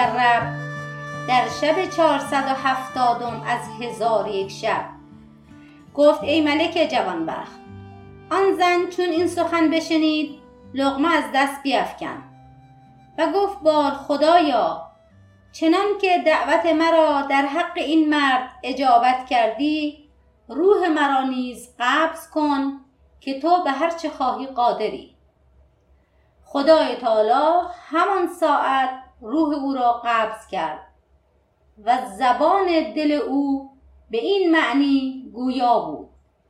مجرب، در شب 470 از 1001 شب. گفت ای ملک جوانبخت. آن زن چون این سخن بشنید لقمه از دست بیفکند و گفت بار خدایا، چنان که دعوت مرا در حق این مرد اجابت کردی، روح مرا نیز قبض کن که تو به هر چه خواهی قادری. خدای تعالی همان ساعت روح او را قبض کرد و زبان دل او به این معنی گویا بود: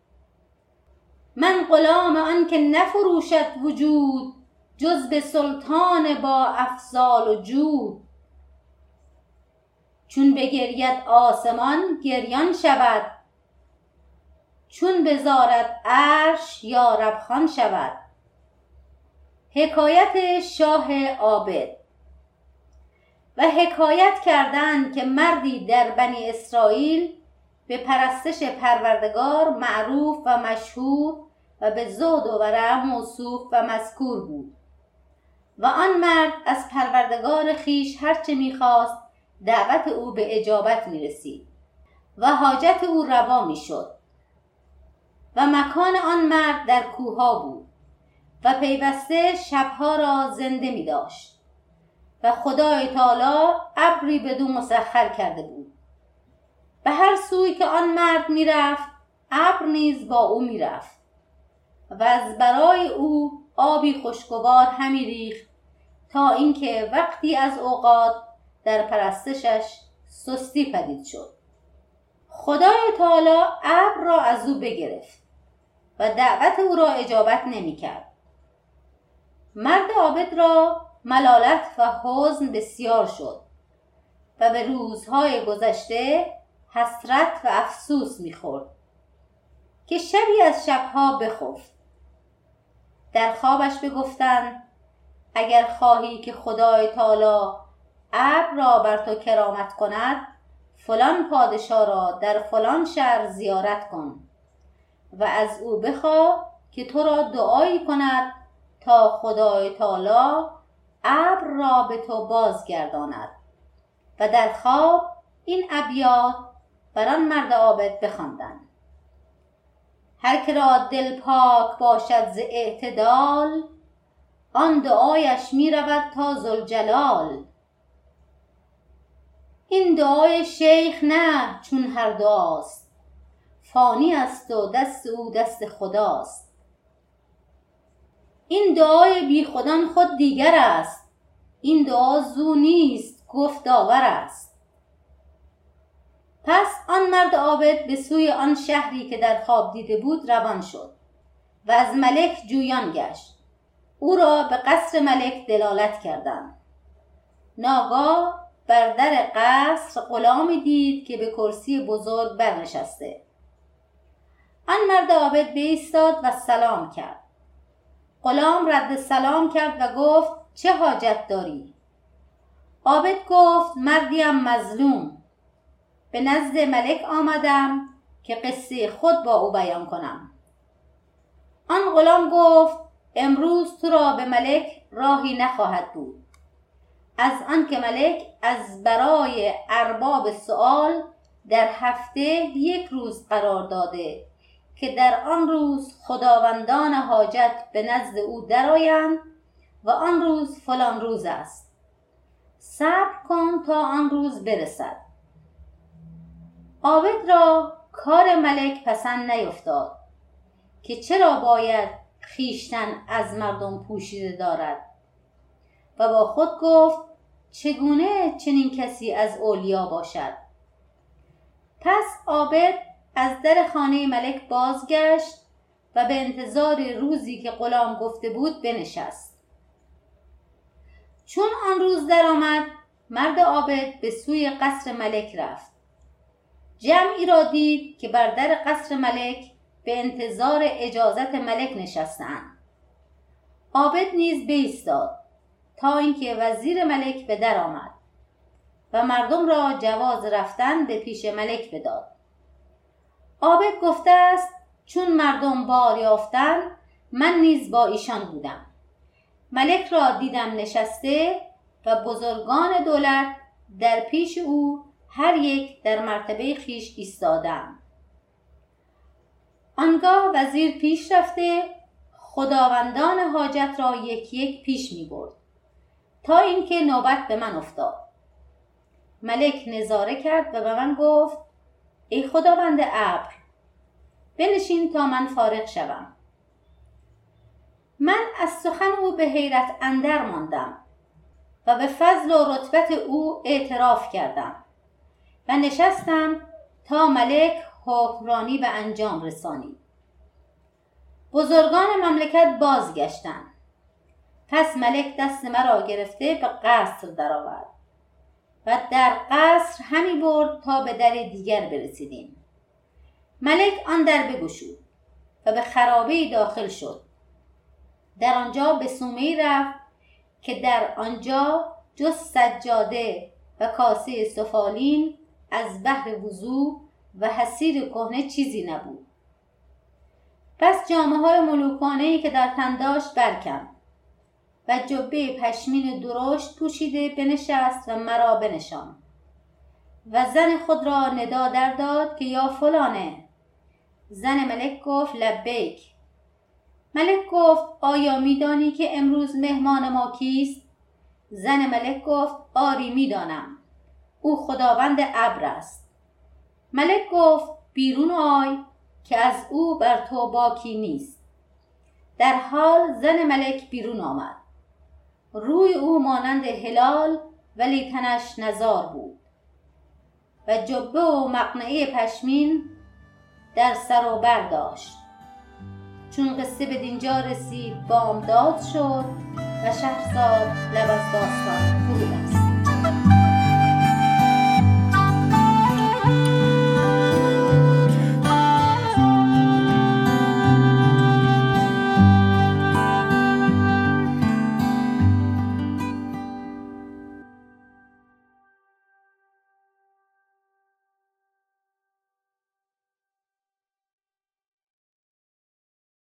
من غلام آن که نفروشد وجود، جز به سلطان با افضال و جود. چون بگرید آسمان گریان شود، چون بزارد عرش یا رب خوان شود. حکایت شاه عابد. و حکایت کردند که مردی در بنی اسرائیل به پرستش پروردگار معروف و مشهور و به زهد و ورع موصوف و مذکور بود و آن مرد از پروردگار خیش هرچه می‌خواست دعوت او به اجابت می‌رسید و حاجت او روا می‌شد. و مکان آن مرد در کوه‌ها بود و پیوسته شبها را زنده می‌داشت و خدای تعالی ابری بدو مسخر کرده بود. به هر سوی که آن مرد می‌رفت ابر نیز با او می‌رفت و از برای او آبی خوشگوار همی ریخت، تا اینکه وقتی از اوقات در پرستشش سستی پدید شد. خدای تعالی ابر را از او بگرفت و دعوت او را اجابت نمی کرد. مرد عابد را ملالت و حزن بسیار شد و به روزهای گذشته حسرت و افسوس می خورد که شبی از شبها بخفت. در خوابش بگفتند اگر خواهی که خدای تعالی ابر را بر تو کرامت کند، فلان پادشاه را در فلان شهر زیارت کن و از او بخواه که تو را دعایی کند تا خدای تعالی ابر را به تو بازگرداند. و در خواب این ابیات بر آن مرد عابد بخواندند: هر که را دل پاک باشد ز اعتدال، آن دعایش می رود تا ذوالجلال. این دعای شیخ نه چون هر دعاست، فانی است و دست او دست خداست. این دعای بی خودان خود دیگر است، این دعا زو نیست گفت داور است. پس آن مرد عابد به سوی آن شهری که در خواب دیده بود روان شد و از ملک جویان گشت. او را به قصر ملک دلالت کردند. ناگاه بر در قصر غلامی دید که به کرسی بزرگ برنشسته. آن مرد عابد بایستاد و سلام کرد. غلام رد سلام کرد و گفت چه حاجت داری؟ عابد گفت مردیم مظلوم، به نزد ملک آمدم که قصه خود با او بیان کنم. آن غلام گفت امروز تو را به ملک راهی نخواهد بود، از آن که ملک از برای ارباب سؤال در هفته 1 روز قرار داده که در آن روز خداوندان حاجت به نزد او درآیند و آن روز فلان روز است. صبر کن تا آن روز برسد. عابد را کار ملک پسند نیفتاد که چرا باید خویشتن از مردم پوشیده دارد و با خود گفت چگونه چنین کسی از اولیا باشد. پس عابد از در خانه ملک بازگشت و به انتظار روزی که غلام گفته بود بنشست. چون آن روز درآمد مرد عابد به سوی قصر ملک رفت. جمعی را دید که بر در قصر ملک به انتظار اجازت ملک نشستند. عابد نیز بایستاد تا اینکه وزیر ملک به در آمد و مردم را جواز رفتن به پیش ملک بداد. عابد گفته است چون مردم بار یافتند من نیز با ایشان بودم. ملک را دیدم نشسته و بزرگان دولت در پیش او هر یک در مرتبه خویش ایستادند. آنگاه وزیر پیش رفته خداوندان حاجت را یک یک پیش می برد تا اینکه نوبت به من افتاد. ملک نظاره کرد و به من گفت: ای خداوند ابر، بنشین تا من فارغ شوم. من از سخن او به حیرت اندر ماندم و به فضل و رتبت او اعتراف کردم و نشستم تا ملک حکمرانی به انجام رسانید. بزرگان مملکت بازگشتند. پس ملک دست مرا گرفته به قصر درآورد و در قصر همی برد تا به در دیگر برسیدیم. ملک آن در بگشود و به خرابه‌ای داخل شد. در آنجا به صومعه‌ای رفت که در آنجا جز سجاده و کاسه سفالین از بهر وضو و حصیر کهنه چیزی نبود. پس جامه‌های ملوکانه‌ای که در تن داشت برکند و جبه پشمین درشت پوشیده بنشست و مرا بنشاند و زن خود را ندا در داد که یا فلانه. زن ملک گفت: لبیک. ملک گفت: آیا می‌دانی که امروز مهمان ما کیست؟ زن ملک گفت: آری می‌دانم، او خداوند ابر است. ملک گفت: بیرون آی که از او بر تو باکی نیست. در حال زن ملک بیرون آمد. روی او مانند هلال ولی تنش نزار بود و جبه و مقنعه پشمین در سر و بر داشت. چون قصه به دینجا رسید بامداد شد و شهرزاد لب از داستان فرو بست.